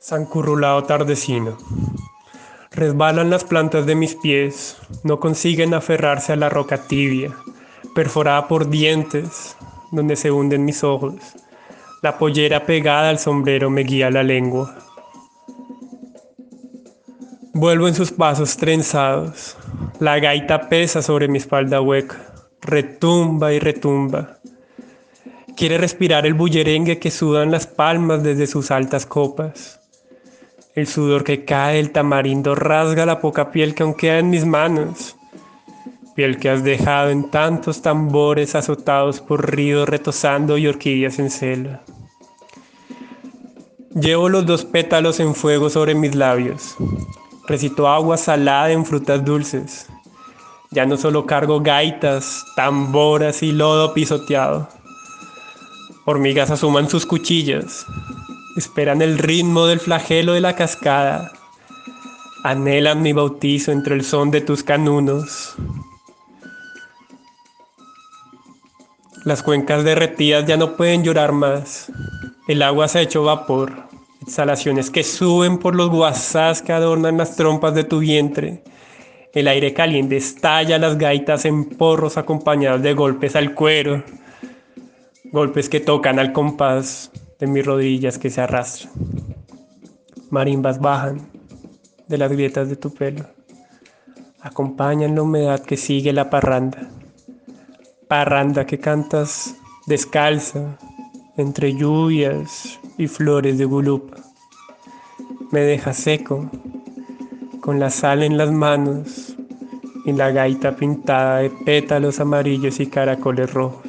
Sancurrulao tardecino. Resbalan las plantas de mis pies, no consiguen aferrarse a la roca tibia, perforada por dientes, donde se hunden mis ojos. La pollera pegada al sombrero me guía la lengua. Vuelvo en sus pasos trenzados. La gaita pesa sobre mi espalda hueca, retumba y retumba. Quiere respirar el bullerengue que sudan las palmas desde sus altas copas. El sudor que cae del tamarindo rasga la poca piel que aún queda en mis manos. Piel que has dejado en tantos tambores azotados por ríos retozando y orquídeas en celo. Llevo los 2 pétalos en fuego sobre mis labios. Recito agua salada en frutas dulces. Ya no solo cargo gaitas, tamboras y lodo pisoteado. Hormigas asoman sus cuchillas. Esperan el ritmo del flagelo de la cascada. Anhelan mi bautizo entre el son de tus canunos. Las cuencas derretidas ya no pueden llorar más. El agua se ha hecho vapor. Exhalaciones que suben por los guasás que adornan las trompas de tu vientre. El aire caliente estalla las gaitas en porros acompañados de golpes al cuero. Golpes que tocan al compás de mis rodillas que se arrastran. Marimbas bajan de las grietas de tu pelo. Acompañan la humedad que sigue la parranda. Parranda que cantas descalza entre lluvias y flores de gulupa. Me deja seco, con la sal en las manos y la gaita pintada de pétalos amarillos y caracoles rojos.